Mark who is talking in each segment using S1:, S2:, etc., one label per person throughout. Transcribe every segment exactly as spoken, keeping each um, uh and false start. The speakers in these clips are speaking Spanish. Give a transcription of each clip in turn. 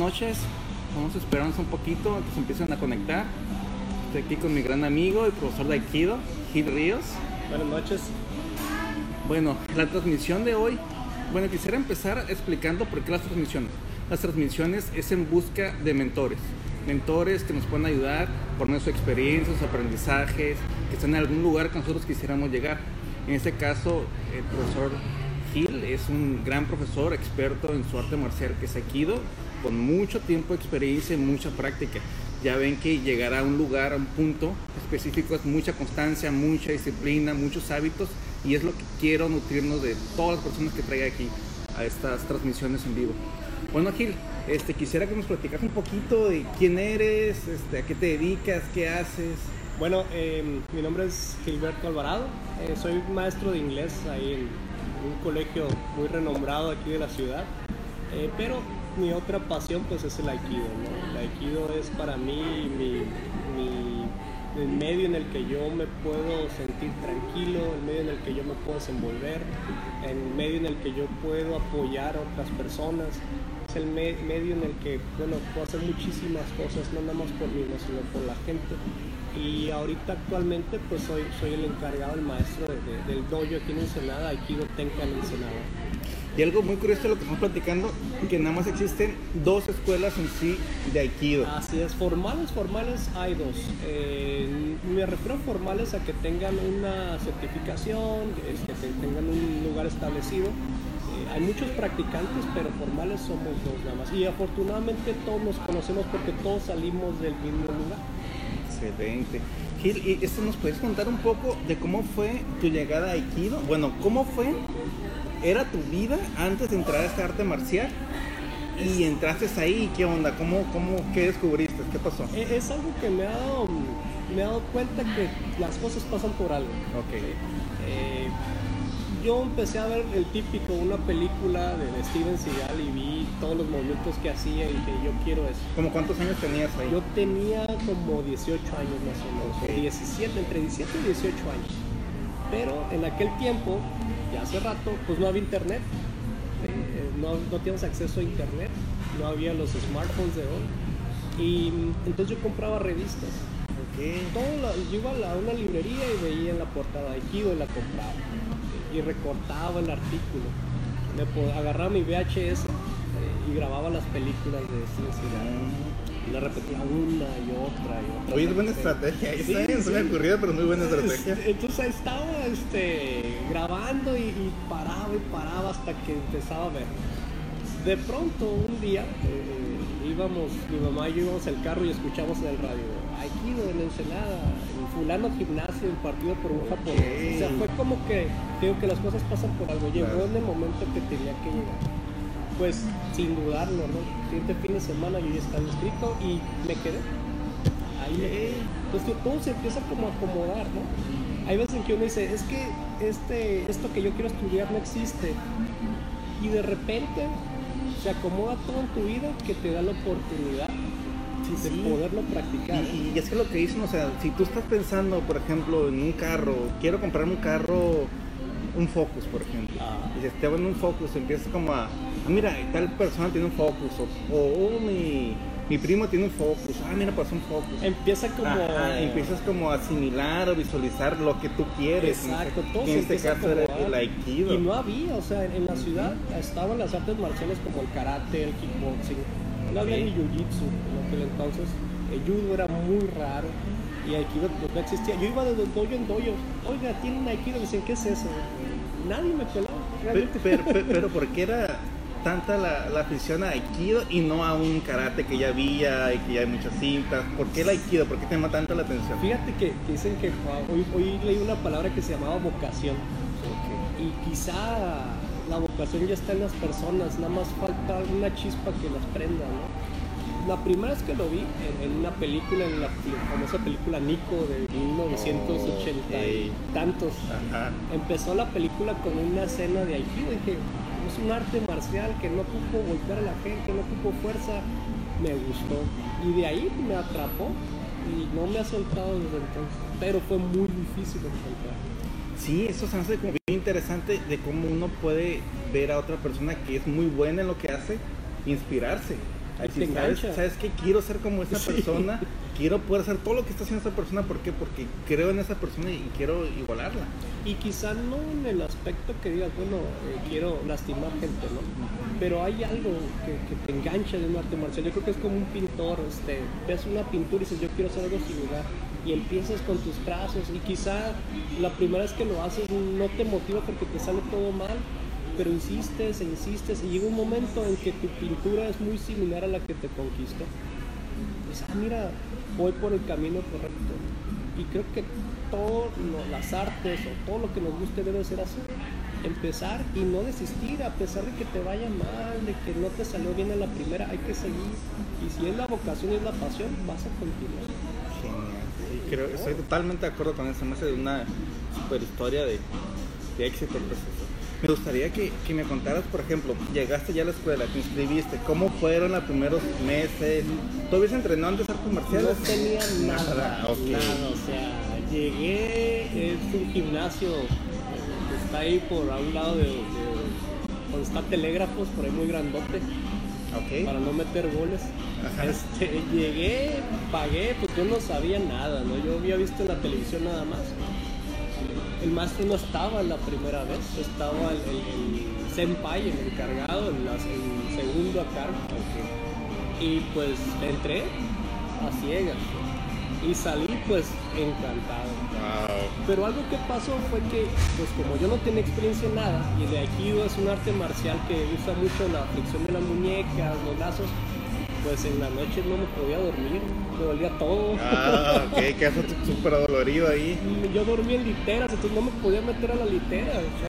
S1: noches. Vamos a esperarnos un poquito a que se empiecen a conectar. Estoy aquí con mi gran amigo, el profesor de Aikido, Gil Ríos.
S2: Buenas noches.
S1: Bueno, la transmisión de hoy, bueno, quisiera empezar explicando por qué las transmisiones. Las transmisiones es en busca de mentores. Mentores que nos puedan ayudar por nuestra experiencia, sus aprendizajes, que están en algún lugar que nosotros quisiéramos llegar. En este caso, el profesor Gil es un gran profesor, experto en su arte marcial que es Aikido, con mucho tiempo de experiencia y mucha práctica. Ya ven que llegar a un lugar, a un punto específico es mucha constancia, mucha disciplina, muchos hábitos, y es lo que quiero nutrirnos de todas las personas que traiga aquí a estas transmisiones en vivo. Bueno, Gil, este, quisiera que nos platicas un poquito de quién eres, este, a qué te dedicas, qué haces.
S2: Bueno, eh, mi nombre es Gilberto Alvarado, eh, soy maestro de inglés ahí en un colegio muy renombrado aquí de la ciudad, eh, pero mi otra pasión pues es el Aikido, ¿no? El Aikido es para mí mi, mi, el medio en el que yo me puedo sentir tranquilo, el medio en el que yo me puedo desenvolver, el medio en el que yo puedo apoyar a otras personas. Es el me, medio en el que, bueno, puedo hacer muchísimas cosas, no nada más por mí, no, sino por la gente. Y ahorita actualmente pues soy, soy el encargado, el maestro de, de, del dojo aquí en Ensenada, Aikido Tenkan Ensenada.
S1: Y algo muy curioso de lo que estamos platicando, que nada más existen dos escuelas en sí de Aikido.
S2: Así es, formales, formales hay dos. Eh, me refiero a formales a que tengan una certificación, que tengan un lugar establecido. Eh, hay muchos practicantes, pero formales somos dos nada más. Y afortunadamente todos nos conocemos porque todos salimos del mismo lugar.
S1: Excelente. Gil, ¿y esto nos puedes contar un poco de cómo fue tu llegada a Aikido? Bueno, ¿cómo fue? ¿Era tu vida antes de entrar a este arte marcial? Y entraste ahí, ¿qué onda? ¿Cómo, cómo, qué descubriste? ¿Qué pasó?
S2: Es, es algo que me ha dado, me he dado cuenta que las cosas pasan por algo.
S1: Ok.
S2: Eh, yo empecé a ver el típico, una película de, de Steven Seagal y vi todos los movimientos que hacía y dije, yo quiero eso.
S1: ¿Cómo cuántos años tenías ahí?
S2: Yo tenía como dieciocho años más o menos, okay. diecisiete, entre diecisiete y dieciocho años. Pero en aquel tiempo, ya hace rato, pues no había internet, eh, no, no teníamos acceso a internet, no había los smartphones de hoy, y entonces yo compraba revistas.
S1: Okay.
S2: Todo la, yo iba a, la, a una librería y veía en la portada Aikido y la compraba, y recortaba el artículo, me agarraba mi V H S eh, y grababa las películas de Steven Seagal. Y la repetía una y otra y otra.
S1: Oye, es buena estrategia. Ahí
S2: sí,
S1: está, sí. Se me ocurrió, pero muy buena estrategia.
S2: Entonces ahí estaba este, grabando y, y paraba y paraba hasta que empezaba a ver. De pronto, un día, eh, íbamos, mi mamá y yo íbamos al carro y escuchamos en el radio Aikido en Ensenada, en fulano gimnasio impartido por un japonés. Okay. O sea, fue como que, digo que las cosas pasan por algo. Llegó claro. En el momento que tenía que llegar. Pues sin dudarlo, ¿no? El siguiente fin de semana yo ya estaba inscrito y me quedé. Ahí me quedé. Entonces todo se empieza como a acomodar, ¿no? Hay veces en que uno dice, es que este, esto que yo quiero estudiar no existe. Y de repente se acomoda todo en tu vida que te da la oportunidad sí, de sí. poderlo practicar.
S1: Y, y es que lo que dicen, o sea, si tú estás pensando, por ejemplo, en un carro, quiero comprarme un carro, un Focus, por ejemplo. Ah. Y si te van un Focus, empiezas como a, ah, mira, tal persona tiene un Focus, o, o oh, mi, mi primo tiene un Focus, ah, mira, pues un Focus.
S2: Empieza como...
S1: Ajá, empiezas como a asimilar o visualizar lo que tú quieres.
S2: Exacto,
S1: en
S2: todo
S1: en este caso era el Aikido.
S2: Y no había, o sea, en la ciudad uh-huh. estaban las artes marciales como el karate, el kickboxing, no había ni jiu-jitsu en aquel entonces, el judo era muy raro. Y Aikido pues, no existía. Yo iba de dojo en dojo. Oiga, tiene un Aikido. Me decían, ¿qué es eso? Nadie me peló.
S1: Pero, pero, pero, pero ¿por qué era tanta la, la afición a Aikido y no a un karate que ya había y que ya hay muchas cintas? ¿Por qué el Aikido? ¿Por qué te llama tanto la atención?
S2: Fíjate que, que dicen que hoy, hoy leí una palabra que se llamaba vocación. Okay. Y quizá la vocación ya está en las personas. Nada más falta una chispa que las prenda, ¿no? La primera vez que lo vi en, en una película, en la famosa película Nico de mil novecientos ochenta oh, y tantos,
S1: ajá.
S2: Empezó la película con una escena de Aikido. Dije, es un arte marcial que no ocupo golpear a la gente, no ocupo fuerza. Me gustó y de ahí me atrapó y no me ha soltado desde entonces, pero fue muy difícil encontrar.
S1: Sí, eso se me hace como bien interesante de cómo uno puede ver a otra persona que es muy buena en lo que hace, inspirarse. Ahí
S2: te
S1: sí, ¿sabes,
S2: engancha.
S1: ¿Sabes qué? Quiero ser como esa
S2: Sí.
S1: persona, quiero poder hacer todo lo que está haciendo esa persona. ¿Por qué? Porque creo en esa persona y quiero igualarla.
S2: Y quizá no en el aspecto que digas, bueno, eh, quiero lastimar gente, ¿no? Pero hay algo que, que te engancha de un arte marcial. Yo creo que es como un pintor, este, ves una pintura y dices, yo quiero hacer algo similar. Y empiezas con tus trazos y quizá la primera vez que lo haces no te motiva porque te sale todo mal, pero insistes e insistes y llega un momento en que tu pintura es muy similar a la que te conquistó. Y dices, ah, mira, voy por el camino correcto. Y creo que todas las artes o todo lo que nos guste debe ser así. Empezar y no desistir a pesar de que te vaya mal, de que no te salió bien a la primera, hay que seguir. Y si es la vocación y es la pasión, vas a continuar.
S1: Genial. Sí, creo, estoy totalmente de acuerdo con eso. Me hace una super historia de, de éxito el proceso. Me gustaría que, que me contaras, por ejemplo, llegaste ya a la escuela, te inscribiste, ¿cómo fueron los primeros meses? ¿Tú habías entrenado antes artes marciales?
S2: No tenía nada,
S1: Nada, ok.
S2: nada, o sea, llegué, es un gimnasio que está ahí por a un lado de, de donde está Telégrafos, por ahí muy grandote,
S1: Ok.
S2: para no meter goles.
S1: Ajá.
S2: Este, llegué, pagué, pues yo no sabía nada, ¿no? Yo había visto en la televisión nada más. El maestro no estaba la primera vez, estaba el, el, el senpai, el encargado, el, el segundo a cargo. Y pues entré a ciegas y salí pues encantado.
S1: Wow.
S2: Pero algo que pasó fue que, pues como yo no tenía experiencia en nada, y el aikido es un arte marcial que usa mucho la fricción de las muñecas, los lazos, pues en la noche no me podía dormir, me dolía todo.
S1: Ah, ok, que eso súper dolorido ahí.
S2: Yo dormía en literas, entonces no me podía meter a la litera, o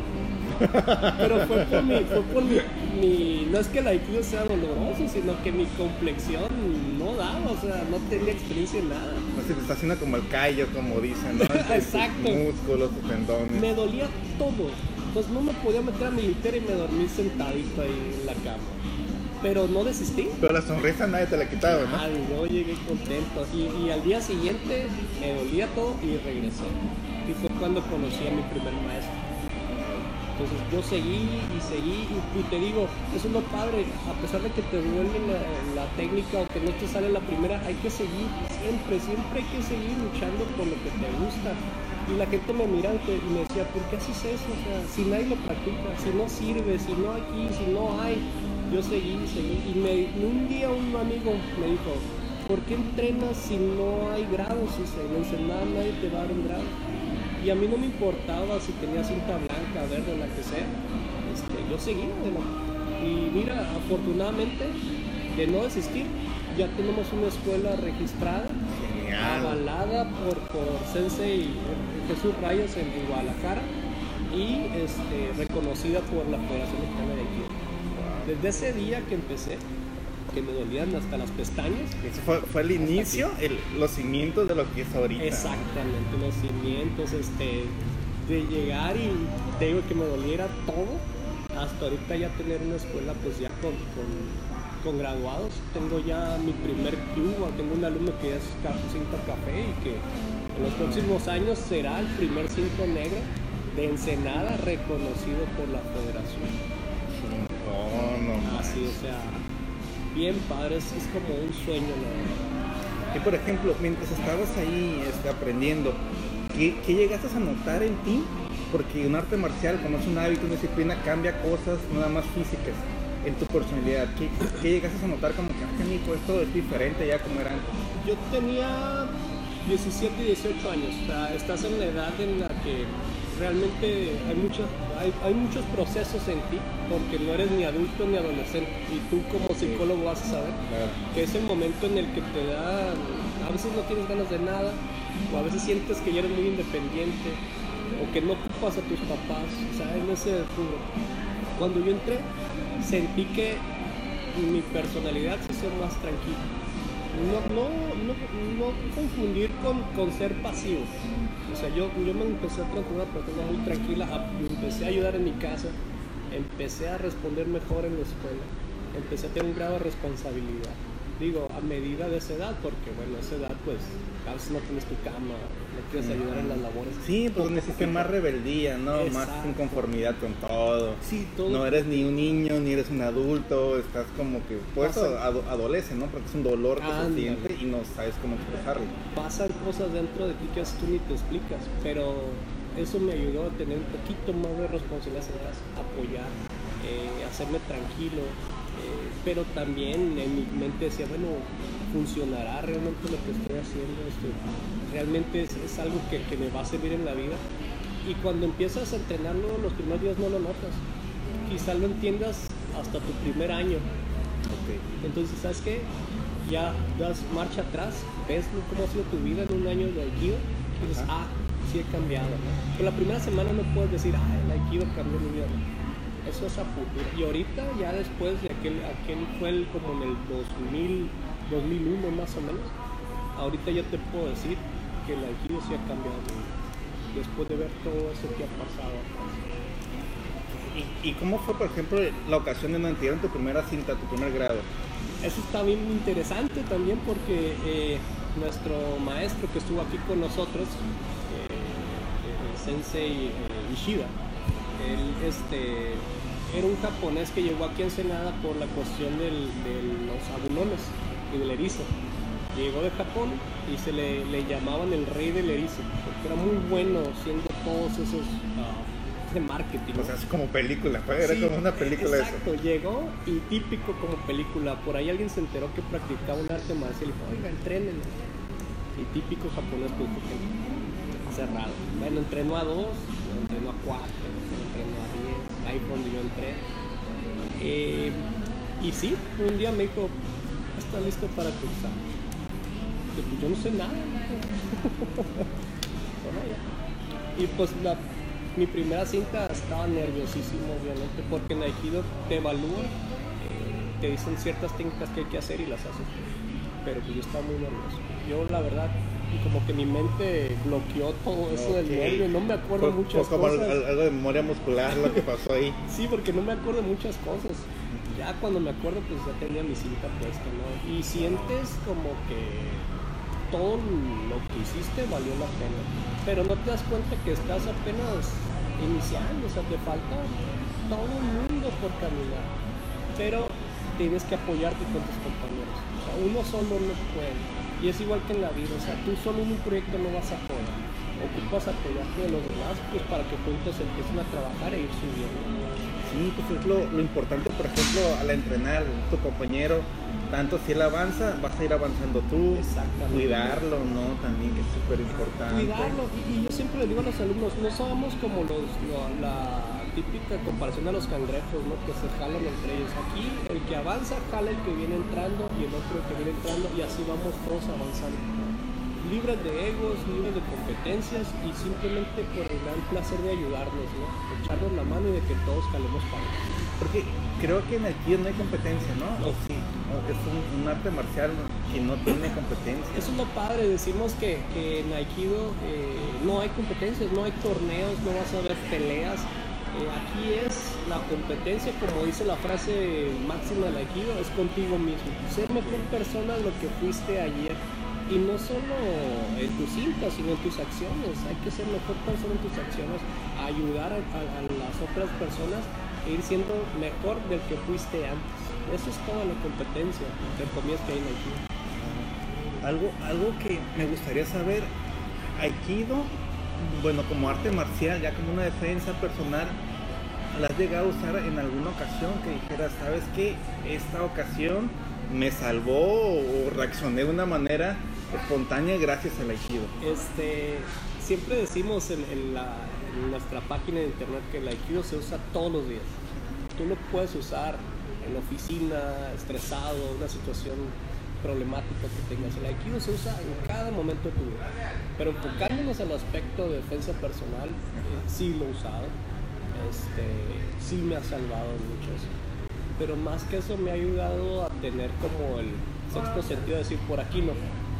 S2: sea... Pero fue por mi, fue por mi, mi- no es que el aikido sea doloroso, sino que mi complexión no daba, o sea, no tenía experiencia en nada.
S1: No sé, te está haciendo como el callo, como dicen, ¿no?
S2: Exacto.
S1: Músculos, tus tendones.
S2: Me dolía todo, entonces no me podía meter a mi litera y me dormí sentadito ahí en la cama. Pero no desistí.
S1: Pero la sonrisa nadie te la quitaba, ¿no?
S2: Ay, yo llegué contento y, y al día siguiente me dolía todo y regresé. Y fue cuando conocí a mi primer maestro. Entonces yo seguí y seguí y, y te digo, eso es lo padre, a pesar de que te duele la, la técnica o que no te sale la primera, hay que seguir, siempre, siempre hay que seguir luchando por lo que te gusta. Y la gente me miraba y te- y me decía, ¿por qué haces eso? O sea, si nadie lo practica, si no sirve, si no aquí, si no hay. Yo seguí, seguí. Y me, un día un amigo me dijo, ¿por qué entrenas si no hay grados? Y se me dice, nada, nadie te va a dar un grado. Y a mí no me importaba si tenía cinta blanca, verde, la que sea. Este, yo seguía adelante. Y mira, afortunadamente, de no desistir, ya tenemos una escuela registrada,
S1: Genial.
S2: avalada por, por Sensei Jesús Rayos en, en Guadalajara y este, reconocida por la Federación Mexicana de Aikido. Desde ese día que empecé, que me dolían hasta las pestañas.
S1: Eso fue, fue el inicio, el, los cimientos de lo que es ahorita.
S2: Exactamente, los cimientos, este, de llegar y te digo que me doliera todo, hasta ahorita ya tener una escuela pues ya con, con, con graduados. Tengo ya mi primer club, tengo un alumno que ya es ca- cinto café y que en los próximos años será el primer cinto negro de Ensenada reconocido por la federación.
S1: No, no.
S2: Así, o sea, bien padre, es, es como un sueño, la verdad.
S1: Y por ejemplo, mientras estabas ahí este, aprendiendo, ¿qué, ¿qué llegaste a notar en ti? Porque un arte marcial, como es un hábito, una disciplina, cambia cosas no nada más físicas en tu personalidad. ¿Qué, qué llegaste a notar como que, ah, Nico, esto es diferente ya como era antes?
S2: Yo tenía diecisiete y dieciocho años, o sea, estás en la edad en la que realmente hay, muchos hay, hay muchos procesos en ti, porque no eres ni adulto ni adolescente, y tú como psicólogo vas a saber
S1: Claro.
S2: que es el momento en el que te da, a veces no tienes ganas de nada, o a veces sientes que ya eres muy independiente, o que no ocupas a tus papás, o sea, en ese rubro. Cuando yo entré, sentí que mi personalidad se hizo más tranquila. No, no, no, no confundir con, con ser pasivo. O sea, yo, yo me empecé a transformar una persona muy tranquila, a- empecé a ayudar en mi casa, empecé a responder mejor en la escuela, empecé a tener un grado de responsabilidad. digo, a medida de esa edad, porque bueno, a esa edad pues a veces no tienes tu cama, no quieres ayudar en las labores.
S1: Sí, pues necesitas más rebeldía, ¿no?
S2: Exacto.
S1: Más inconformidad con todo.
S2: Sí, todo.
S1: No eres ni un niño, ni eres un adulto, estás como que, por eso ado- adolece, ¿no? Porque es un dolor que
S2: Ándale.
S1: se siente y no sabes cómo expresarlo.
S2: Pasan cosas dentro de ti que tú ni te explicas, pero eso me ayudó a tener un poquito más de responsabilidad en casa, apoyar, eh, hacerme tranquilo, eh, pero también en mi mente decía, bueno, funcionará realmente lo que estoy haciendo, esto realmente es, es algo que, que me va a servir en la vida. Y cuando empiezas a entrenarlo, los primeros días no lo notas, quizá lo entiendas hasta tu primer año.
S1: Okay.
S2: Entonces, ¿sabes qué? Ya das marcha atrás, ves cómo ha sido tu vida en un año de Aikido y dices,
S1: Ajá.
S2: ah, sí he cambiado, ¿no? Pero la primera semana no puedes decir, ah, el Aikido cambió mi vida, ¿no? Eso es a futuro. Y ahorita, ya después de aquel, aquel fue el, como en el dos mil, dos mil uno más o menos, ahorita ya te puedo decir que el Aikido sí ha cambiado mi vida, después de ver todo eso que ha pasado atrás.
S1: ¿Y, ¿Y cómo fue, por ejemplo, la ocasión de no te dieron tu primera cinta, tu primer grado?
S2: Eso está bien interesante también porque eh, nuestro maestro que estuvo aquí con nosotros, eh, el sensei eh, Ishida, él este, era un japonés que llegó aquí a Ensenada por la cuestión del, de los abulones y del erizo. Llegó de Japón y se le, le llamaban el rey del erizo, porque era muy bueno haciendo todos esos uh, de marketing.
S1: O sea, es como película, era
S2: Sí,
S1: como una película
S2: exacto,
S1: eso.
S2: llegó y típico como película. Por ahí alguien se enteró que practicaba un arte marcial y dijo, oiga, entrénenlo. Y típico japonés, pues, que cerrado. Bueno, entrenó a dos, entrenó a cuatro, entrenó a diez, ahí fue donde yo entré. Eh, y sí, un día me dijo, ¿está listo para tu examen? Y pues yo no sé nada. Bueno, ya. Y pues la mi primera cinta estaba nerviosísimo, obviamente, porque en Aikido te evalúan, eh, te dicen ciertas técnicas que hay que hacer y las haces. Pero pues yo estaba muy nervioso. Yo, la verdad, como que mi mente bloqueó todo eso del
S1: Ok.
S2: nervio, no me acuerdo
S1: Fue-
S2: muchas
S1: fue como
S2: cosas.
S1: al- algo de memoria muscular lo que pasó ahí.
S2: Sí, porque no me acuerdo de muchas cosas. Ya cuando me acuerdo, pues ya tenía mi cinta puesta, ¿no? Y sientes como que todo lo que hiciste valió la pena. Pero no te das cuenta que estás apenas iniciando, o sea, te falta todo un mundo por caminar. Pero tienes que apoyarte con tus compañeros. O sea, uno solo no puede. Y es igual que en la vida, o sea, tú solo en un proyecto no vas a poder. Ocupas apoyarte de los demás, pues para que juntos empiecen a trabajar e ir subiendo.
S1: Sí, pues es lo, lo importante, por ejemplo, al entrenar tu compañero, tanto si él avanza, vas a ir avanzando tú.
S2: Exactamente.
S1: Cuidarlo, ¿no? También que es súper importante.
S2: Cuidarlo, y, y yo siempre le digo a los alumnos, no somos como los, lo- la típica comparación a los cangrejos, ¿no? Que se jalan entre ellos. Aquí el que avanza jala el que viene entrando y el otro el que viene entrando y así vamos todos avanzando. Libres de egos, libres de competencias y simplemente por el gran placer de ayudarnos, ¿no? Echarnos la mano y de que todos jalemos para adelante.
S1: Porque creo que en el Aikido no hay competencia, ¿no? O sí, o es un, un arte marcial que no tiene competencia.
S2: Eso es lo padre, decimos que, que en Aikido eh, no hay competencias, no hay torneos, no vas a ver peleas. Eh, aquí es la competencia, como dice la frase máxima del Aikido, es contigo mismo. Ser mejor persona de lo que fuiste ayer. Y no solo en tus cintas, sino en tus acciones. Hay que ser mejor persona en tus acciones, ayudar a, a, a las otras personas e ir siendo mejor del que fuiste antes. Eso es toda la competencia, entre comillas, que hay en Aikido.
S1: Algo, algo que me gustaría saber, Aikido, bueno, como arte marcial, ya como una defensa personal, ¿la has llegado a usar en alguna ocasión que dijeras, sabes qué, esta ocasión me salvó o reaccioné de una manera espontánea gracias al Aikido?
S2: Este, siempre decimos en, en, la, en nuestra página de internet que el Aikido se usa todos los días. Tú lo puedes usar en la oficina, estresado, una situación problemática que tengas. El Aikido se usa en cada momento de tu vida. Pero enfocándonos al aspecto de defensa personal, eh, sí lo he usado. Este, sí me ha salvado en muchos. Pero más que eso me ha ayudado a tener como el sexto sentido de decir, por aquí no.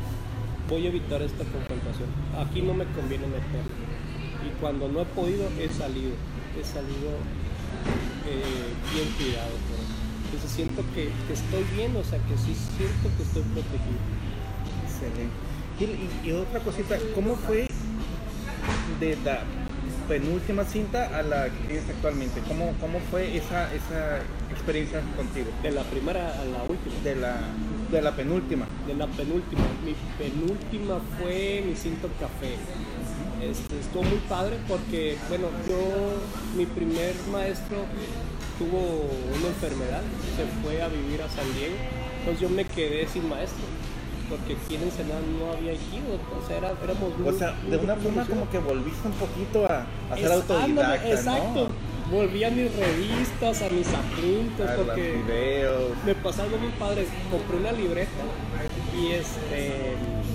S2: Voy a evitar esta confrontación. Aquí no me conviene meterme. Y cuando no he podido, he salido. He salido eh, bien cuidado por eso. Entonces siento que, que estoy bien, o sea, que sí siento que estoy protegido.
S1: Excelente. Y, y, y otra cosita, ¿cómo fue de la penúltima cinta a la que tienes actualmente? ¿Cómo, cómo fue esa, esa experiencia contigo?
S2: De la primera a la última.
S1: De la, de la penúltima.
S2: De la penúltima. Mi penúltima fue mi cinto café. Este, estuvo muy padre porque, bueno, yo, mi primer maestro tuvo una enfermedad, se fue a vivir a San Diego, entonces yo me quedé sin maestro, porque aquí en Ensenada no había ido, o sea, era, éramos muy...
S1: O sea, de una forma como que volviste un poquito a, a ser
S2: es,
S1: autodidacta,
S2: ándale, exacto. ¿No? Volví a mis revistas, a mis apuntes,
S1: a
S2: porque
S1: los videos.
S2: Me pasó algo muy padre, compré una libreta y este...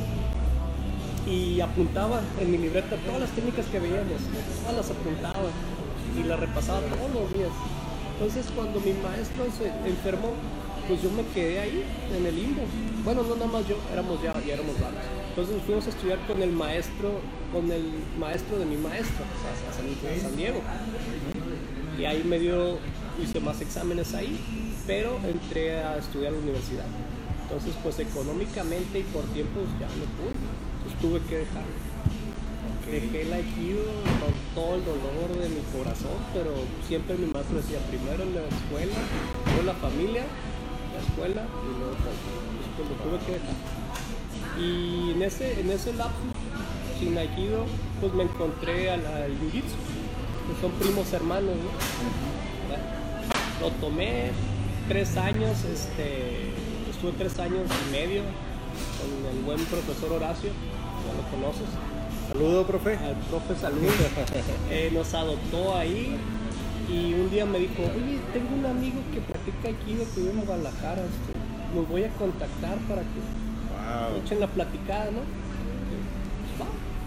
S2: y apuntaba en mi libreta todas las técnicas que veíamos, todas las apuntaba y las repasaba todos los días. Entonces cuando mi maestro se enfermó, pues yo me quedé ahí en el limbo. Bueno, no nada más yo, éramos ya, ya éramos varios. Entonces fuimos a estudiar con el maestro, con el maestro de mi maestro, a San, a San Diego. Y ahí me dio, hice más exámenes ahí, pero entré a estudiar a la universidad. Entonces pues económicamente y por tiempos ya no pude. Pues tuve que dejar. Okay. Dejé el aikido con todo el dolor de mi corazón, pero siempre mi maestro decía, primero la escuela, luego la familia, la escuela y luego todo. Entonces pues lo tuve que dejar. Y en ese, en ese lapso, sin aikido, pues me encontré al, al jiu-jitsu, que son primos hermanos, ¿no? Bueno, lo tomé tres años, este, estuve tres años y medio con el buen profesor Horacio, ya lo conoces.
S1: Saludo, profe.
S2: Al profe Salud. eh, nos adoptó ahí y un día me dijo, oye, tengo un amigo que practica aikido que vive en Guadalajara, este, los voy a contactar para que
S1: wow.
S2: echen la platicada, ¿no? Pues,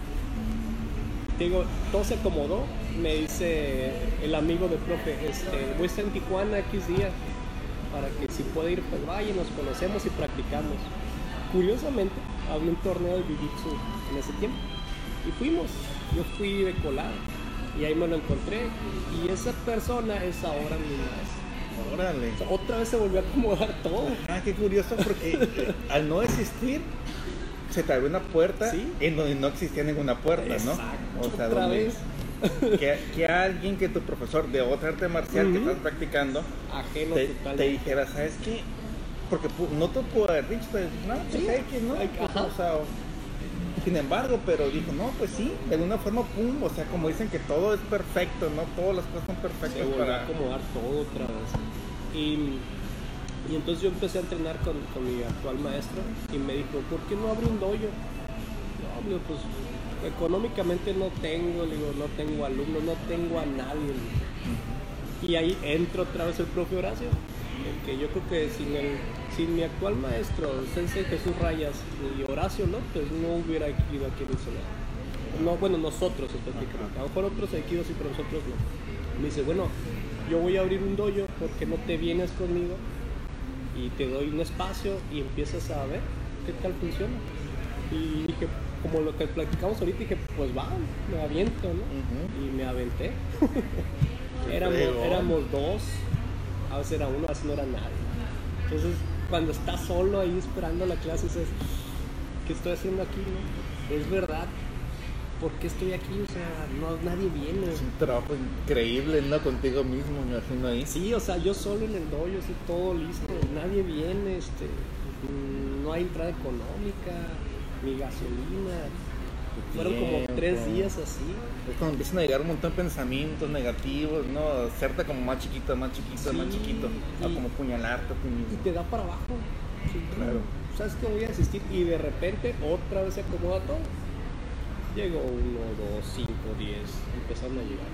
S2: te digo, todo se acomodó, me dice el amigo del profe, este, voy a estar en Tijuana X días, para que si puede ir, pues vaya, nos conocemos y practicamos. Curiosamente, había un torneo de jiu-jitsu en ese tiempo y fuimos, yo fui de colado y ahí me lo encontré y esa persona es ahora mi maestro.
S1: Órale.
S2: O sea, otra vez se volvió a acomodar todo.
S1: Ah, qué curioso, porque eh, al no existir se te abrió una puerta, ¿sí?, en donde no existía ninguna puerta. Exacto. ¿No? O sea,
S2: otra
S1: donde,
S2: vez.
S1: Que, que alguien, que tu profesor de otra arte marcial uh-huh. que estás practicando,
S2: ajeno
S1: te,
S2: totalmente,
S1: te dijera, ¿sabes qué? Porque no te puedo haber dicho, pues, no, pues sí, X, ¿no? Pues, o sea, sin embargo, pero dijo, no, pues sí, de alguna forma, pum, o sea, como dicen que todo es perfecto, ¿no? Todas las cosas son perfectas.
S2: Se volvió
S1: para
S2: a acomodar todo otra vez. Y, y entonces yo empecé a entrenar con, con mi actual maestro y me dijo, ¿por qué no abre un dojo? No, digo, pues económicamente no tengo, le digo, no tengo alumnos, no tengo a nadie. Y ahí entra otra vez el profe Horacio, que yo creo que sin, el, sin mi actual maestro, Sensei Jesús Rayas y Horacio López, no hubiera ido aquí en Ensenada. No, bueno, nosotros específicamente, a lo mejor otros aikidos sí, pero nosotros no. Me dice, bueno, yo voy a abrir un dojo, porque no te vienes conmigo y te doy un espacio y empiezas a ver qué tal funciona. Y dije, como lo que platicamos ahorita, dije, pues va, me aviento, ¿no? Uh-huh. Y me aventé. éramos, éramos dos, a veces era uno, a veces no era nadie. Entonces, cuando estás solo ahí esperando la clase, dices, ¿qué estoy haciendo aquí? ¿No? Es verdad, ¿por qué estoy aquí? O sea, no, nadie viene.
S1: Es un trabajo increíble, ¿no? Contigo mismo, me imagino ahí.
S2: Sí, o sea, yo solo en el dojo, así todo listo, nadie viene, este, no hay entrada económica, ni gasolina. Fueron como tres días así.
S1: Es cuando empiezan a llegar un montón de pensamientos negativos, ¿no? Hacerte como más chiquito, más chiquito, sí, más chiquito. O como puñalarte a ti mismo.
S2: Y te da para abajo. Sí,
S1: claro.
S2: ¿Sabes que voy a asistir? Y de repente otra vez se acomoda todo. Llegó uno, dos, cinco, diez. Empezaron a llegar.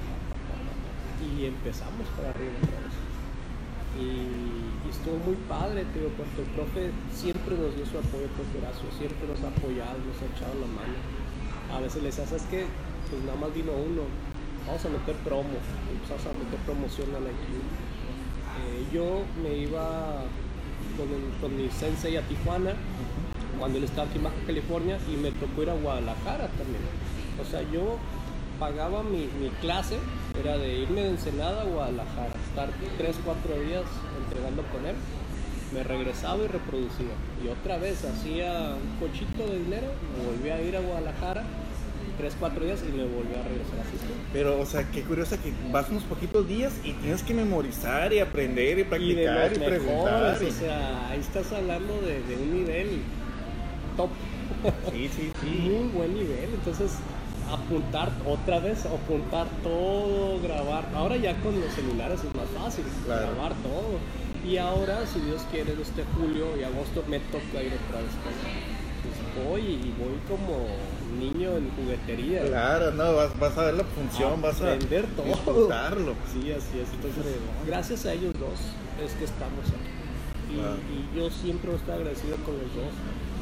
S2: Y empezamos para arriba otra vez. Y, y estuvo muy padre, tío, porque el profe siempre nos dio su apoyo, el profe Horacio, siempre nos ha apoyado, nos ha echado la mano. A veces les haces que pues nada más vino uno, vamos a meter promo, empezamos a meter promoción a la aikido. Eh, yo me iba con, el, con mi sensei a Tijuana, uh-huh. cuando él estaba aquí en Baja California, y me tocó ir a Guadalajara también. O sea, yo pagaba mi, mi clase era de irme de Ensenada a Guadalajara, estar tres, cuatro días entregando con él, me regresaba y reproducía. Y otra vez hacía un cochito de dinero, me volví a ir a Guadalajara, tres, cuatro días y me volví a regresar así.
S3: Pero, o sea, qué curioso que vas unos poquitos días y tienes que memorizar y aprender y practicar y,
S2: y,
S3: y preguntar.
S2: Y... O sea, ahí estás hablando de, de un nivel top.
S3: Sí, sí, sí.
S2: Muy buen nivel. Entonces, apuntar otra vez, apuntar todo, grabar. Ahora ya con los celulares es más fácil, claro. Grabar todo. Y ahora, si Dios quiere, este julio y agosto me toca ir otra vez. Pues voy y voy como niño en juguetería.
S3: Claro, no, vas, vas a ver la función, a vas a
S2: aprender todo.
S3: Disfrutarlo.
S2: Sí, así es. Entonces, gracias a ellos dos es que estamos aquí. Y, wow. y yo siempre voy a estar agradecido con los dos.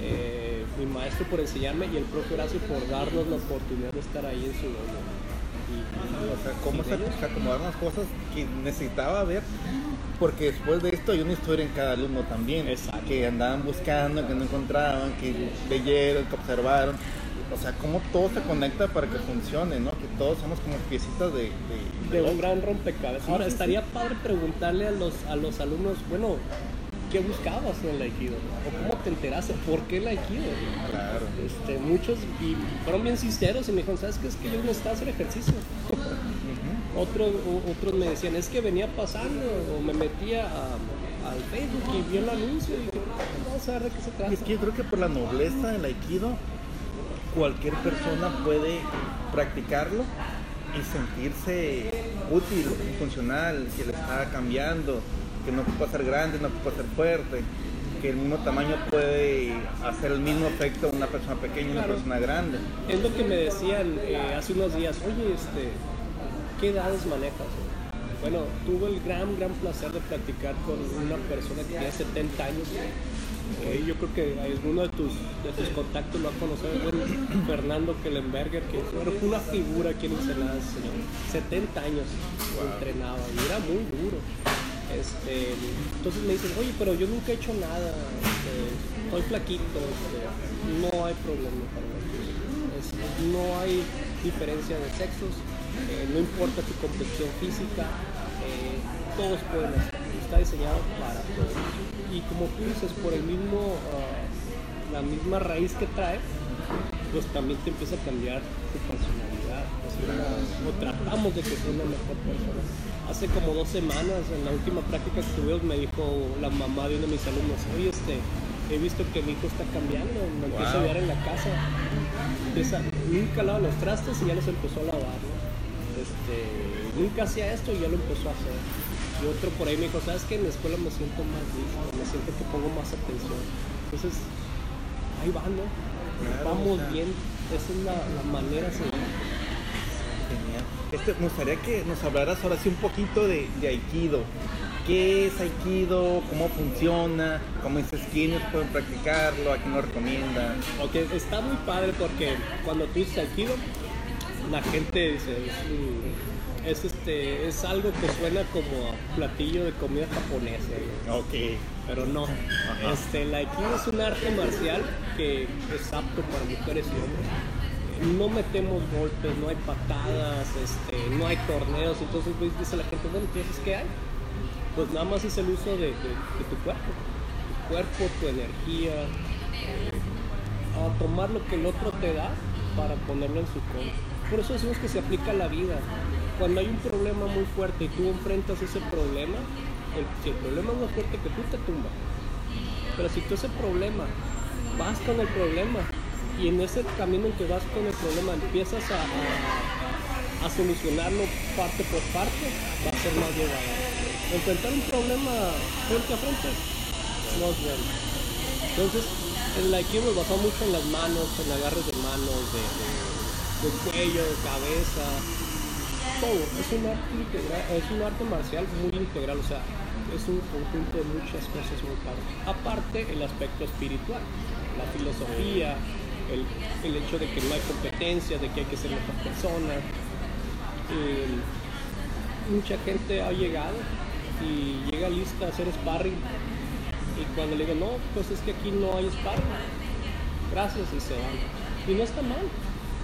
S2: Eh, mi maestro por enseñarme y el propio Horacio por darnos la oportunidad de estar ahí en su domo. Y, y,
S3: o sea, cómo se, se acomodaron las cosas que necesitaba ver, porque después de esto hay una historia en cada alumno también. Exacto. Que andaban buscando, que no encontraban, que leyeron, que observaron. O sea, cómo todo se conecta para que funcione, ¿no? Que todos somos como piecitas de...
S2: De, de, de un gran rompecabezas. Sí, Ahora, sí, estaría sí. padre preguntarle a los, a los alumnos, bueno, ¿qué buscabas en el Aikido? ¿O cómo te enteraste? ¿Por qué el Aikido?
S3: Claro.
S2: Este, muchos y fueron bien sinceros y me dijeron, ¿sabes qué? Es que yo necesitaba hacer ejercicio. Uh-huh. Otros, otros me decían, es que venía pasando o me metía a, al Facebook y vi el anuncio y dije, vamos a ver de qué se trata.
S3: Y es que yo creo que por la nobleza del Aikido, cualquier persona puede practicarlo y sentirse útil, funcional, que le está cambiando, que no ocupa ser grande, no ocupa ser fuerte, que el mismo tamaño puede hacer el mismo efecto a una persona pequeña y claro. Una persona grande.
S2: Es lo que me decían eh, hace unos días, oye, este, ¿qué edades manejas? Bueno, tuve el gran, gran placer de platicar con una persona que tiene setenta años. Eh, yo creo que alguno de tus, de tus contactos lo ha conocido, el Fernando Kellenberger, que fue una figura aquí en Ensenada, señor. setenta años wow. Entrenaba y era muy duro. Este, entonces me dicen, oye, pero yo nunca he hecho nada, este, estoy flaquito, este, no hay problema para mí. Es, no hay diferencia de sexos, eh, no importa tu complexión física, eh, todos pueden hacer, está diseñado para todos. Y como tú dices, por el mismo, uh, la misma raíz que trae, pues también te empieza a cambiar tu personalidad, o, sea, una, o tratamos de que sea una mejor persona. Hace como dos semanas, en la última práctica que tuvimos, me dijo la mamá de uno de mis alumnos, oye, este, he visto que mi hijo está cambiando, me wow. empieza a ayudar en la casa, empieza, nunca lava los trastes y ya los empezó a lavar, ¿no? Este, nunca hacía esto y ya lo empezó a hacer. Y otro por ahí me dijo, ¿sabes qué? En la escuela me siento más listo, me siento que pongo más atención. Entonces, ahí va, ¿no? Claro, vamos o sea, bien, esa es la, la manera de seguir.
S3: Genial. Este, me gustaría que nos hablaras ahora sí un poquito de, de Aikido. ¿Qué es Aikido? ¿Cómo funciona? ¿Cómo dices quiénes pueden practicarlo? ¿A quién lo recomiendan?
S2: Ok, está muy padre porque cuando tú dices Aikido, la gente dice, es, es, este, es algo que suena como platillo de comida japonesa.
S3: Ok.
S2: Pero no. Este, el Aikido es un arte marcial que es apto para mujeres y hombres. No metemos golpes, no hay patadas, este, no hay torneos. Entonces pues, dice la gente, bueno, entonces ¿qué hay? Pues nada más es el uso de, de, de tu cuerpo. Tu cuerpo, tu energía. A tomar lo que el otro te da para ponerlo en su contra. Por eso decimos que se aplica a la vida. Cuando hay un problema muy fuerte y tú enfrentas ese problema, el, si el problema es más fuerte que tú, te tumba. Pero si tú ese problema vas con el problema y en ese camino en que vas con el problema empiezas a, a, a solucionarlo parte por parte, va a ser más llevadero. Enfrentar un problema frente a frente no es bueno. Entonces, el Aikido nos basa mucho en las manos, en agarres de manos, de, de, de cuello, de cabeza, todo. Es un arte integral, es un arte marcial muy integral, o sea, es un conjunto de muchas cosas muy padres. Aparte, el aspecto espiritual, la filosofía, el, el hecho de que no hay competencia, de que hay que ser mejor persona. Eh, mucha gente ha llegado y llega lista a hacer sparring y cuando le digo, no, pues es que aquí no hay sparring, gracias, y se van. Y no está mal,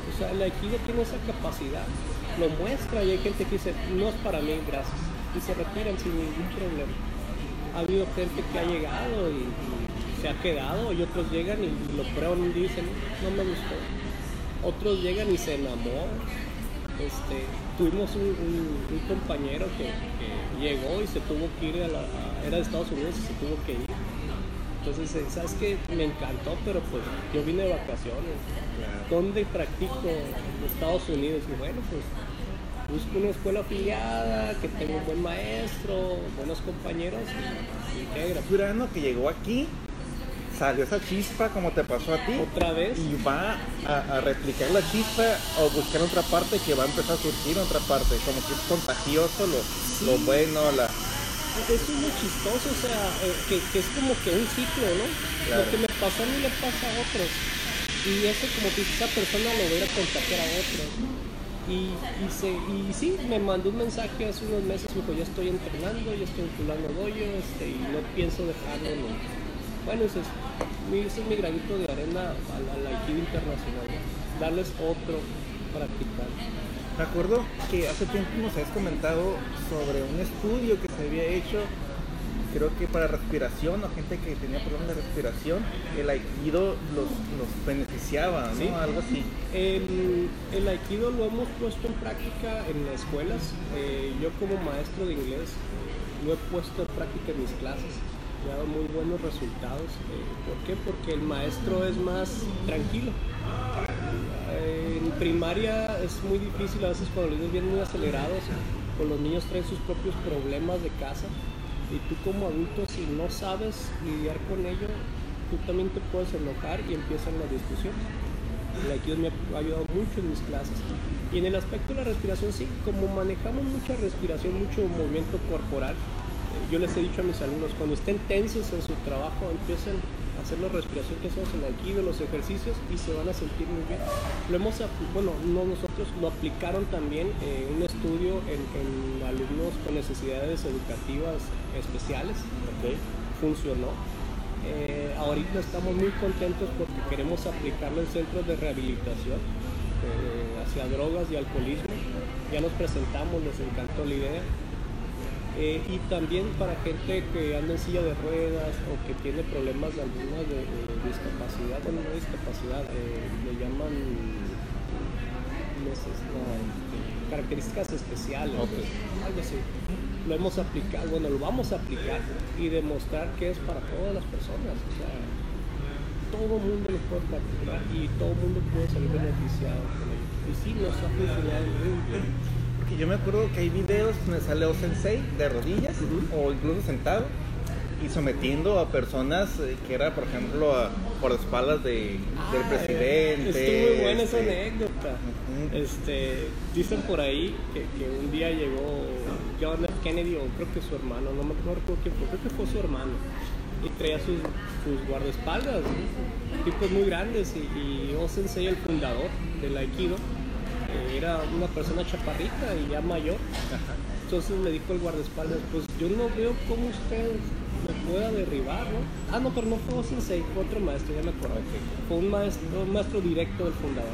S2: O sea, el aikido tiene esa capacidad, lo muestra y hay gente que dice, no es para mí, gracias, y se retiran sin ningún problema. Ha habido gente que ha llegado y, y se ha quedado, y otros llegan y, y lo prueban un día y dicen, no me gustó. Otros llegan y se enamoran. Este, tuvimos un, un, un compañero que, que llegó y se tuvo que ir a la, a, era de Estados Unidos y se tuvo que ir. Entonces, ¿sabes qué? Me encantó, pero pues yo vine de vacaciones. ¿Dónde practico? En Estados Unidos. Y bueno, pues busco una escuela afiliada, que tenga un buen maestro, buenos compañeros y integra.
S3: Urano que llegó aquí, salió esa chispa como te pasó a ti.
S2: ¿Otra vez?
S3: Y va a, a replicar la chispa o buscar otra parte que va a empezar a surgir en otra parte. Como que es contagioso lo,
S2: Sí.
S3: lo bueno, la...
S2: Eso es muy chistoso, o sea, eh, que, que es como que un ciclo, ¿no?
S3: Claro.
S2: Lo que me pasó a mí le pasa a otros. Y eso como que esa persona lo va a ir a contagiar a otros. Y, y, se, y sí, me mandó un mensaje hace unos meses, me dijo, ya estoy entrenando, ya estoy enculando doyo, este, y no pienso dejarlo nunca. Bueno, ese es, mi, ese es mi granito de arena al, al aikido internacional, ¿no? Darles otro practicar.
S3: Me acuerdo que hace tiempo nos habías comentado sobre un estudio que se había hecho, creo que para respiración o gente que tenía problemas de respiración, el aikido los, los beneficiaba, ¿no?
S2: Sí.
S3: Algo así.
S2: El, el aikido lo hemos puesto en práctica en las escuelas. Eh, yo como maestro de inglés lo he puesto en práctica en mis clases. Me ha dado muy buenos resultados. Eh, ¿Por qué? Porque el maestro es más tranquilo. Eh, en primaria es muy difícil, a veces cuando los niños vienen muy acelerados, con los niños traen sus propios problemas de casa. Y tú como adulto, si no sabes lidiar con ello, tú también te puedes enojar y empiezan las discusiones. El aikido me ha ayudado mucho en mis clases. Y en el aspecto de la respiración, sí, como manejamos mucha respiración, mucho movimiento corporal, eh, yo les he dicho a mis alumnos, cuando estén tensos en su trabajo, empiecen a hacer la respiración que hacemos en el aikido, los ejercicios, y se van a sentir muy bien. Lo hemos, bueno, no nosotros, lo aplicaron también en eh, un estudio en, en alumnos con necesidades educativas especiales.
S3: Okay.
S2: Funcionó. Eh, ahorita estamos muy contentos porque queremos aplicarlo en centros de rehabilitación eh, hacia drogas y alcoholismo. Ya nos presentamos, les encantó la idea. Eh, y también para gente que anda en silla de ruedas o que tiene problemas de alguna de, de discapacidad, bueno, no discapacidad, eh, le llaman neces- no, este, características especiales,
S3: Okay.
S2: algo así. Lo hemos aplicado, bueno, lo vamos a aplicar y demostrar que es para todas las personas. O sea, todo mundo lo puede practicar y todo mundo puede salir beneficiado con ello. Y sí, nos ha funcionado muy bien.
S3: Porque yo me acuerdo que hay videos donde sale O-Sensei de rodillas
S2: Uh-huh.
S3: o incluso sentado y sometiendo a personas eh, que era, por ejemplo, a, por espaldas de, del
S2: Ah,
S3: presidente.
S2: Estuvo muy buena esa
S3: este,
S2: anécdota.
S3: Ujú.
S2: Este, dicen por ahí que, que un día llegó John F. Kennedy, o creo que su hermano, no me acuerdo quién fue, creo que fue su hermano, y traía sus, sus guardaespaldas, ¿no? Tipos muy grandes, y, y O-Sensei, el fundador del Aikido, eh, era una persona chaparrita y ya mayor.
S3: Ajá.
S2: Entonces le dijo el guardaespaldas, pues yo no veo cómo usted me pueda derribar, ¿no? Ah, no, pero no fue O-Sensei, fue otro maestro, ya me acuerdo. Fue un maestro, un maestro directo del fundador.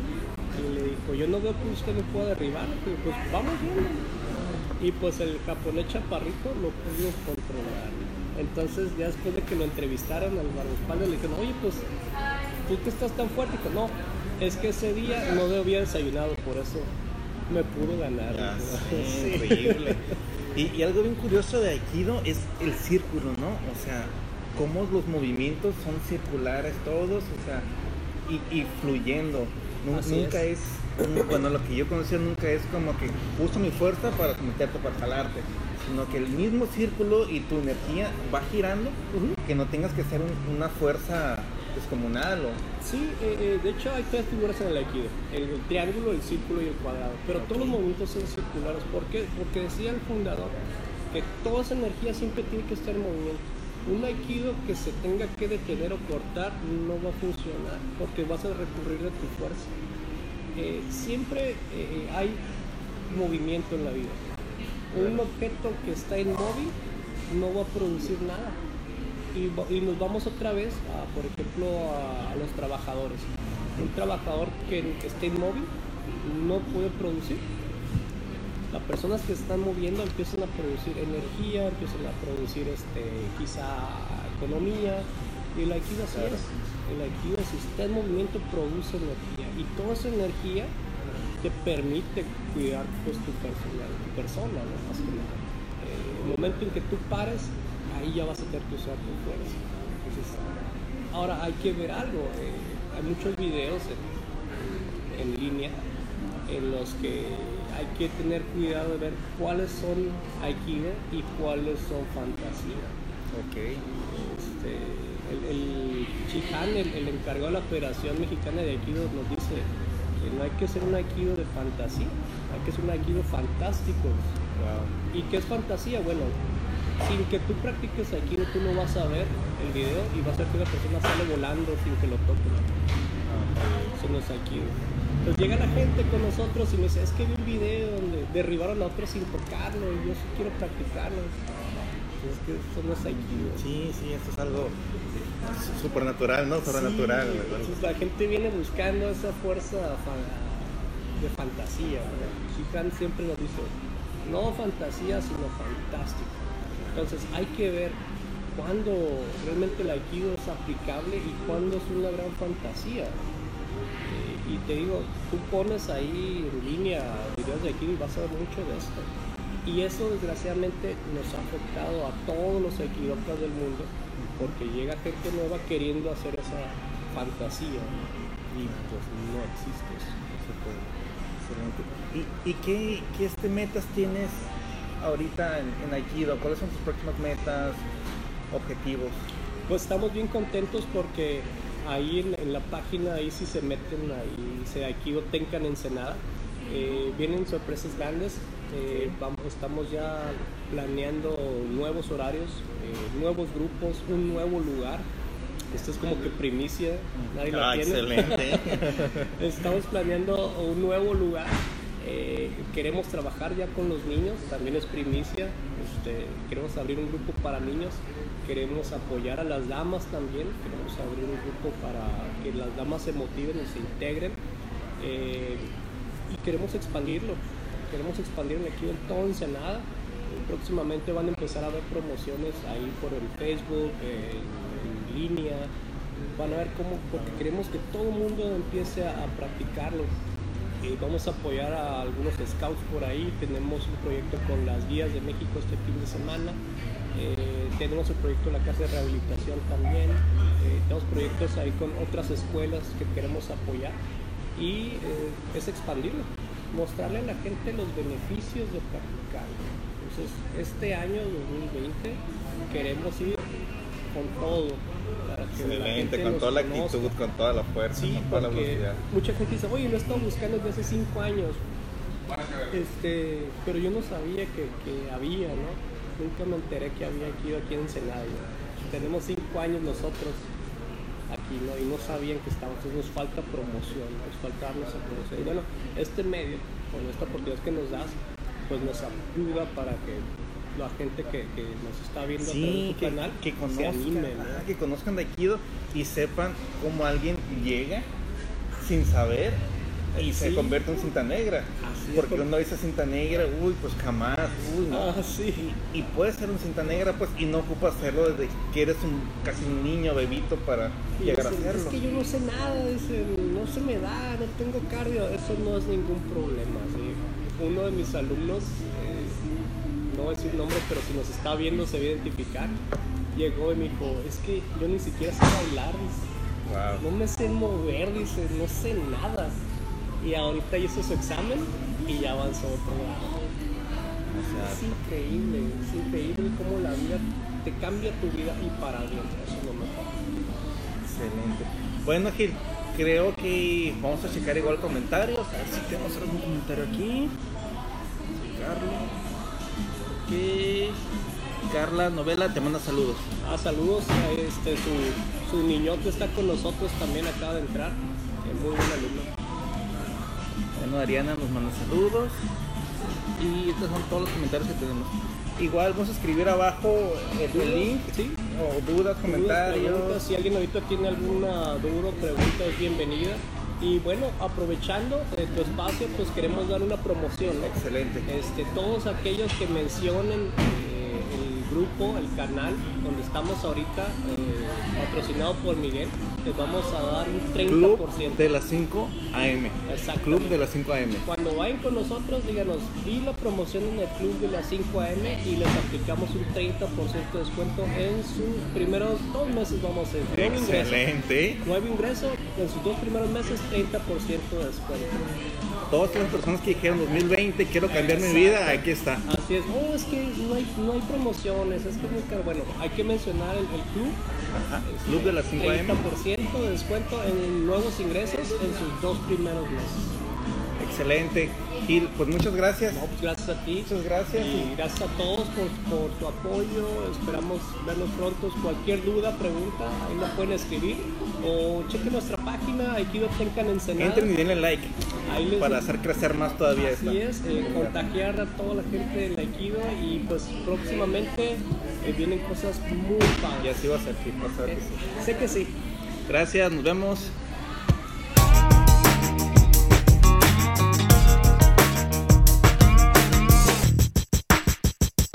S2: Y le dijo, yo no veo que usted me pueda derribar. Y pues vamos viendo. Y pues el japonés chaparrito lo pudo controlar. Entonces ya después de que lo entrevistaron al guardaespaldas, le dijeron, oye, pues tú que estás tan fuerte. Y dijo, no, es que ese día no había desayunado, por eso me pudo ganar.
S3: Ya sé,
S2: Sí.
S3: increíble. Y, y algo bien curioso de Aikido es el círculo, ¿no? O sea, cómo los movimientos son circulares todos, o sea, y, y fluyendo. Nu-
S2: Así
S3: nunca es, un- bueno, lo que yo conocía nunca es como que uso mi fuerza para someterte, para jalarte, sino que el mismo círculo y tu energía va girando,
S2: Ujú.
S3: que no tengas que ser un- una fuerza descomunal o...
S2: Sí, eh, eh, de hecho hay tres figuras en el Aikido, el, el triángulo, el círculo y el cuadrado, pero
S3: Ok.
S2: todos los movimientos son circulares. ¿Por qué? Porque decía el fundador que toda esa energía siempre tiene que estar en movimiento. Un Aikido que se tenga que detener o cortar no va a funcionar porque vas a recurrir a tu fuerza. Eh, siempre eh, hay movimiento en la vida. Un objeto que está inmóvil no va a producir nada. y, y nos vamos otra vez, a, por ejemplo, a, a los trabajadores. Un trabajador que, que esté inmóvil no puede producir. Las personas que están moviendo empiezan a producir energía, empiezan a producir este, quizá economía, y el aikido así es. El aikido, si está en movimiento, produce energía, y toda esa energía te permite cuidar pues, tu, persona, tu persona, ¿no? Más que nada. Eh, el momento en que tú pares, ahí ya vas a tener que usar tu fuerza. Entonces, ahora hay que ver algo. Eh, hay muchos videos en, en línea en los que hay que tener cuidado de ver cuáles son aikido y cuáles son fantasía.
S3: Ok.
S2: Este, el, el Chihan, el, el encargado de la Federación Mexicana de Aikido, nos dice que no hay que ser un aikido de fantasía, hay que ser un aikido fantástico.
S3: Wow. ¿Y
S2: qué es fantasía? Bueno, sin que tú practiques aikido, tú no vas a ver el video y vas a ver que una persona sale volando sin que lo toquen. Eso no es aikido. Pues llega la gente con nosotros y me dice, es que vi un video donde derribaron a otro sin tocarlo y yo sí quiero practicarlo. Es que eso no es aikido.
S3: Sí, sí, esto es algo supernatural, ¿no? Sobrenatural.
S2: Sí, entonces la gente viene buscando esa fuerza de fantasía. Shihan siempre nos dice, no fantasía, sino fantástico. Entonces hay que ver cuándo realmente el aikido es aplicable y cuándo es una gran fantasía. Y te digo, tú pones ahí en línea videos de aikido y vas a ver mucho de esto. Y eso desgraciadamente nos ha afectado a todos los aikidokas del mundo, porque llega gente nueva queriendo hacer esa fantasía y pues no existe eso.
S3: Excelente. ¿Y, y qué, qué este metas tienes ahorita en, en aikido? ¿Cuáles son tus próximas metas, objetivos?
S2: Pues estamos bien contentos porque ahí en, en la página, ahí si se meten, ahí dice Aikido Tenkan Ensenada, eh, vienen sorpresas grandes. Eh, vamos, estamos ya planeando nuevos horarios, eh, nuevos grupos, un nuevo lugar. Esto es como que primicia, nadie
S3: ah,
S2: la tiene.
S3: Excelente.
S2: Estamos planeando un nuevo lugar. Eh, queremos trabajar ya con los niños, también es primicia. Este, queremos abrir un grupo para niños. Queremos apoyar a las damas también. Queremos abrir un grupo para que las damas se motiven y se integren. Eh, y queremos expandirlo. Queremos expandir el aikido en todo Ensenada. Próximamente van a empezar a ver promociones ahí por el Facebook, en, en línea. Van a ver cómo, porque queremos que todo el mundo empiece a, a practicarlo. Eh, vamos a apoyar a algunos scouts por ahí. Tenemos un proyecto con las guías de México este fin de semana. Eh, tenemos el proyecto de la Casa de Rehabilitación también. Eh, tenemos proyectos ahí con otras escuelas que queremos apoyar. Y eh, es expandirlo. Mostrarle a la gente los beneficios de practicarlo. Entonces, este año dos mil veinte queremos ir con todo para que
S3: Excelente,
S2: la gente
S3: con
S2: nos
S3: toda la
S2: conozca.
S3: actitud, con toda la fuerza,
S2: Sí,
S3: con toda la
S2: porque
S3: velocidad.
S2: mucha gente dice, oye, lo he estado buscando desde hace cinco años, este, pero yo no sabía que, que había, ¿no? Nunca me enteré que había aquí, aquí en Ensenada. Tenemos cinco años nosotros aquí, ¿no? Y no sabían que estábamos, entonces nos falta promoción, nos falta darnos a conocer. Y bueno, este medio, con esta oportunidad que nos das, pues nos ayuda para que la gente que, que nos está viendo
S3: Sí,
S2: a través de tu
S3: que,
S2: canal
S3: que
S2: se
S3: conozcan,
S2: anime, ¿no?
S3: ah, que conozcan de aikido y sepan cómo alguien llega sin saber y se
S2: Sí.
S3: convierte en cinta negra.
S2: Así es,
S3: Porque
S2: porque-
S3: uno dice cinta negra, uy, pues jamás, uy, no.
S2: Ah, sí.
S3: Y puedes ser un cinta negra, pues, y no ocupas hacerlo desde que eres un casi un niño bebito para
S2: Y
S3: llegar a
S2: dicen,
S3: hacerlo.
S2: es que yo no sé nada, dicen, no se me da, no tengo cardio, eso no es ningún problema. ¿Sí? Uno de mis alumnos, eh, no voy a decir nombre, pero si nos está viendo se va a identificar, llegó y me dijo, es que yo ni siquiera sé bailar, dice,
S3: Wow.
S2: no me sé mover, dice, no sé nada. Y ahorita hizo su examen y ya avanzó a otro lado.
S3: O sea,
S2: Es increíble, es increíble cómo la vida te cambia tu vida y para bien, eso es lo mejor.
S3: excelente. Bueno, Gil, creo que vamos a checar igual comentarios. A ver si tenemos algún comentario aquí. Checarlo. Ok. Carla Novela te manda saludos.
S2: Ah, saludos, este, su, su niñote está con nosotros también, acaba de entrar, es muy buen alumno.
S3: Bueno, Ariana nos manda saludos. Y estos son todos los comentarios que tenemos. Igual vamos a escribir abajo el, el link
S2: Sí,
S3: o dudas, comentarios.
S2: Preguntas, si alguien ahorita tiene alguna duda o pregunta, es bienvenida. Y bueno, aprovechando eh, tu espacio, pues queremos dar una promoción, ¿no?
S3: Excelente.
S2: Este, todos aquellos que mencionen eh, el grupo, el canal donde estamos ahorita, eh, patrocinado por Miguel, les vamos a dar un treinta por ciento.
S1: Club de las cinco a eme.
S2: Exactamente.
S1: Club de las cinco a eme.
S2: Cuando vayan con nosotros, díganos, vi la promoción en el Club de las cinco a eme y les aplicamos un treinta por ciento de descuento en sus primeros dos meses, vamos a decir. Nuevo ingreso.
S1: Excelente.
S2: Nuevo ingreso, en sus dos primeros meses, treinta por ciento de descuento.
S1: Todas las personas que dijeron dos mil veinte, quiero cambiar mi vida, aquí está.
S2: Así es. No, es que no hay, no hay promociones, es que es muy caro. Bueno, hay que mencionar el, el club.
S1: Ajá. Club de las cinco a eme.
S2: treinta por ciento de descuento en nuevos ingresos en sus dos primeros meses.
S1: Excelente. Gil, pues muchas gracias.
S2: No, pues gracias a ti.
S1: Muchas gracias.
S2: Y gracias a todos por, por tu apoyo. Esperamos verlos pronto. Cualquier duda, pregunta, ahí la pueden escribir. O chequen nuestra página, Aikido Tenkan Ensenada.
S1: Entren y denle like
S2: Ahí les
S1: para hacer crecer más todavía esta.
S2: Así es, eh, contagiar a toda la gente del Aikido y pues próximamente eh, vienen cosas muy
S1: Y
S2: padres.
S1: así va a ser, Gil, va a ser que sí.
S2: Sé que sí.
S1: Gracias, nos vemos.